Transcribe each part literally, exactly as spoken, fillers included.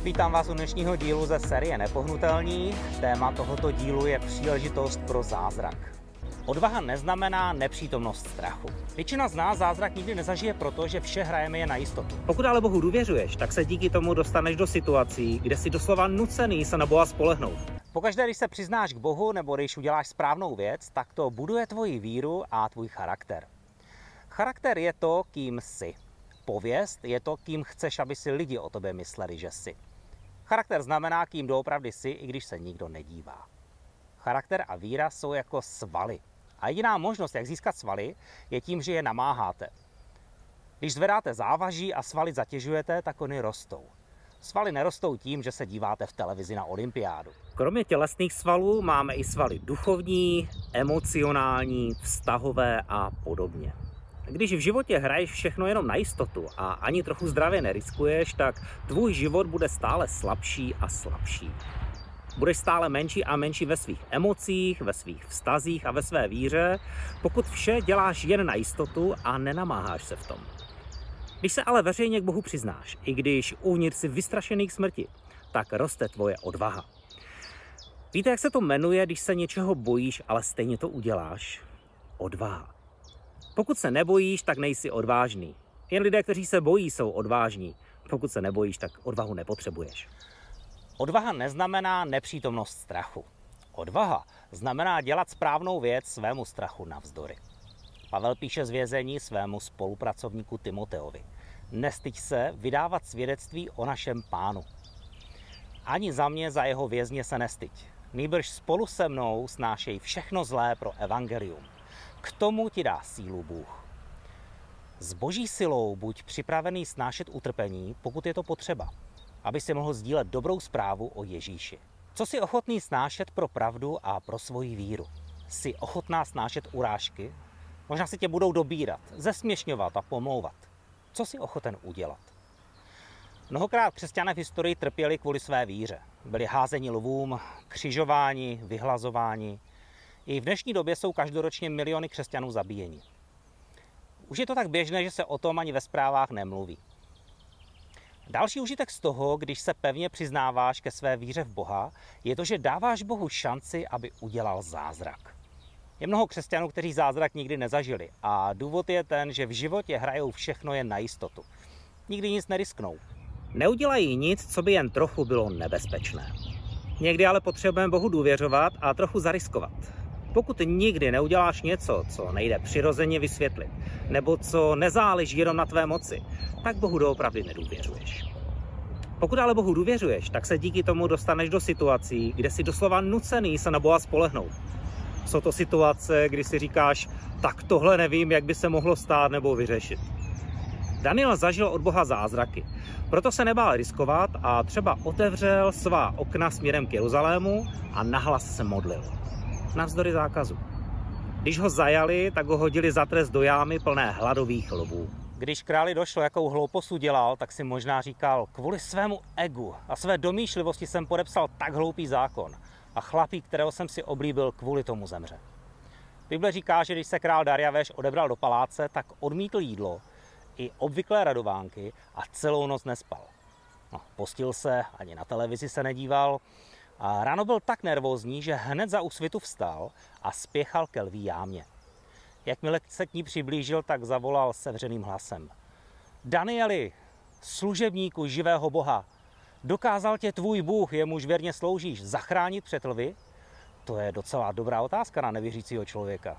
Vítám vás u dnešního dílu ze série Nepohnutelní. Téma tohoto dílu je příležitost pro zázrak. Odvaha neznamená nepřítomnost strachu. Většina z nás zázrak nikdy nezažije, protože vše hrajeme je na jistotu. Pokud ale Bohu důvěřuješ, tak se díky tomu dostaneš do situací, kde jsi doslova nucený se na Boha spolehnout. Pokaždé, když se přiznáš k Bohu nebo když uděláš správnou věc, tak to buduje tvoji víru a tvůj charakter. Charakter je to, kým jsi. Pověst je to, kým chceš, aby si lidi o tobě mysleli, že jsi. Charakter znamená, kým doopravdy jsi, i když se nikdo nedívá. Charakter a víra jsou jako svaly. A jediná možnost, jak získat svaly, je tím, že je namáháte. Když zvedáte závaží a svaly zatěžujete, tak oni rostou. Svaly nerostou tím, že se díváte v televizi na olympiádu. Kromě tělesných svalů máme i svaly duchovní, emocionální, vztahové a podobně. Když v životě hraješ všechno jenom na jistotu a ani trochu zdravě neriskuješ, tak tvůj život bude stále slabší a slabší. Budeš stále menší a menší ve svých emocích, ve svých vztazích a ve své víře, pokud vše děláš jen na jistotu a nenamáháš se v tom. Když se ale veřejně k Bohu přiznáš, i když uvnitř jsi vystrašený k smrti, tak roste tvoje odvaha. Víte, jak se to jmenuje, když se něčeho bojíš, ale stejně to uděláš? Odvaha. Pokud se nebojíš, tak nejsi odvážný. Jen lidé, kteří se bojí, jsou odvážní. Pokud se nebojíš, tak odvahu nepotřebuješ. Odvaha neznamená nepřítomnost strachu. Odvaha znamená dělat správnou věc svému strachu navzdory. Pavel píše z vězení svému spolupracovníku Timoteovi. Nestyď se vydávat svědectví o našem Pánu. Ani za mě, za jeho vězně se nestyď. Nýbrž spolu se mnou snášej všechno zlé pro evangelium. K tomu ti dá sílu Bůh. S boží silou buď připravený snášet utrpení, pokud je to potřeba, aby si mohl sdílet dobrou zprávu o Ježíši. Co jsi ochotný snášet pro pravdu a pro svoji víru? Jsi ochotná snášet urážky? Možná si tě budou dobírat, zesměšňovat a pomlouvat. Co jsi ochoten udělat? Mnohokrát křesťané v historii trpěli kvůli své víře. Byli házeni lvům, křižováni, vyhlazováni. I v dnešní době jsou každoročně miliony křesťanů zabíjeni. Už je to tak běžné, že se o tom ani ve zprávách nemluví. Další užitek z toho, když se pevně přiznáváš ke své víře v Boha, je to, že dáváš Bohu šanci, aby udělal zázrak. Je mnoho křesťanů, kteří zázrak nikdy nezažili a důvod je ten, že v životě hrajou všechno jen na jistotu. Nikdy nic nerisknou. Neudělají nic, co by jen trochu bylo nebezpečné. Někdy ale potřebujeme Bohu důvěřovat a trochu zariskovat. Pokud nikdy neuděláš něco, co nejde přirozeně vysvětlit, nebo co nezáleží jenom na tvé moci, tak Bohu doopravdy nedůvěřuješ. Pokud ale Bohu důvěřuješ, tak se díky tomu dostaneš do situací, kde jsi doslova nucený se na Boha spolehnout. Jsou to situace, kdy si říkáš, tak tohle nevím, jak by se mohlo stát nebo vyřešit. Daniel zažil od Boha zázraky, proto se nebál riskovat a třeba otevřel svá okna směrem k Jeruzalému a nahlas se modlil. Navzdory zákazu. Když ho zajali, tak ho hodili za trest do jámy plné hladových lvů. Když králi došlo, jakou hloupost udělal, tak si možná říkal, kvůli svému egu a své domýšlivosti jsem podepsal tak hloupý zákon a chlapík, kterého jsem si oblíbil, kvůli tomu zemře. Bible říká, že když se král Darjaveš odebral do paláce, tak odmítl jídlo i obvyklé radovánky a celou noc nespal. No, postil se, ani na televizi se nedíval a ráno byl tak nervózní, že hned za úsvitu vstal a spěchal ke lví jámě. Jakmile se k ní přiblížil, tak zavolal sevřeným hlasem. Danieli, služebníku živého Boha, dokázal tě tvůj Bůh, jemuž věrně sloužíš, zachránit před lvy? To je docela dobrá otázka na nevěřícího člověka.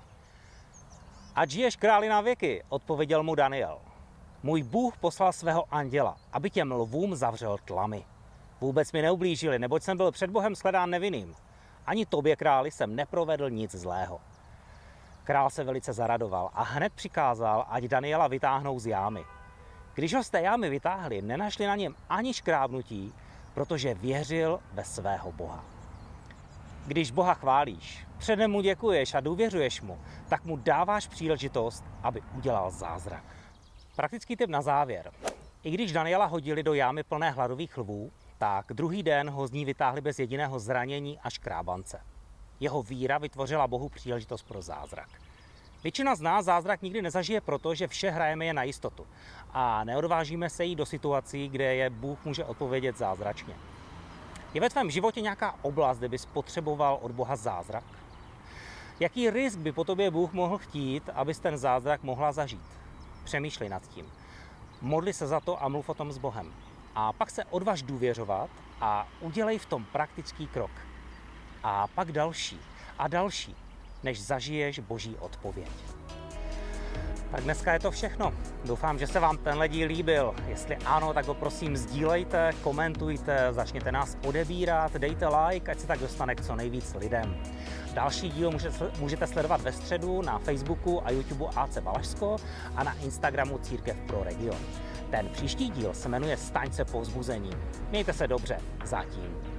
Ať žiješ králi na věky, odpověděl mu Daniel. Můj Bůh poslal svého anděla, aby těm lvům zavřel tlamy. Vůbec mi neublížili, neboť jsem byl před Bohem shledán nevinným. Ani tobě, králi, jsem neprovedl nic zlého. Král se velice zaradoval a hned přikázal, ať Daniela vytáhnou z jámy. Když ho z té jámy vytáhli, nenašli na něm ani škrábnutí, protože věřil ve svého Boha. Když Boha chválíš, předem mu děkuješ a důvěřuješ mu, tak mu dáváš příležitost, aby udělal zázrak. Praktický tip na závěr. I když Daniela hodili do jámy plné hladových lvů, tak druhý den ho z ní vytáhli bez jediného zranění a škrábance. Jeho víra vytvořila Bohu příležitost pro zázrak. Většina z nás zázrak nikdy nezažije proto, že vše hrajeme jen na jistotu a neodvážíme se jít do situací, kde je Bůh může odpovědět zázračně. Je ve tvém životě nějaká oblast, kde bys potřeboval od Boha zázrak? Jaký risk by po tobě Bůh mohl chtít, abys ten zázrak mohla zažít? Přemýšlej nad tím. Modli se za to a mluv o tom s Bohem. A pak se odvaž důvěřovat a udělej v tom praktický krok. A pak další a další, než zažiješ Boží odpověď. Tak dneska je to všechno. Doufám, že se vám tenhle díl líbil. Jestli ano, tak ho prosím sdílejte, komentujte, začněte nás odebírat, dejte like, ať se tak dostane k co nejvíc lidem. Další díl můžete sledovat ve středu na Facebooku a YouTube A C Valašsko a na Instagramu Církev pro region. Ten příští díl se jmenuje Staň se povzbuzením. Mějte se dobře, zatím.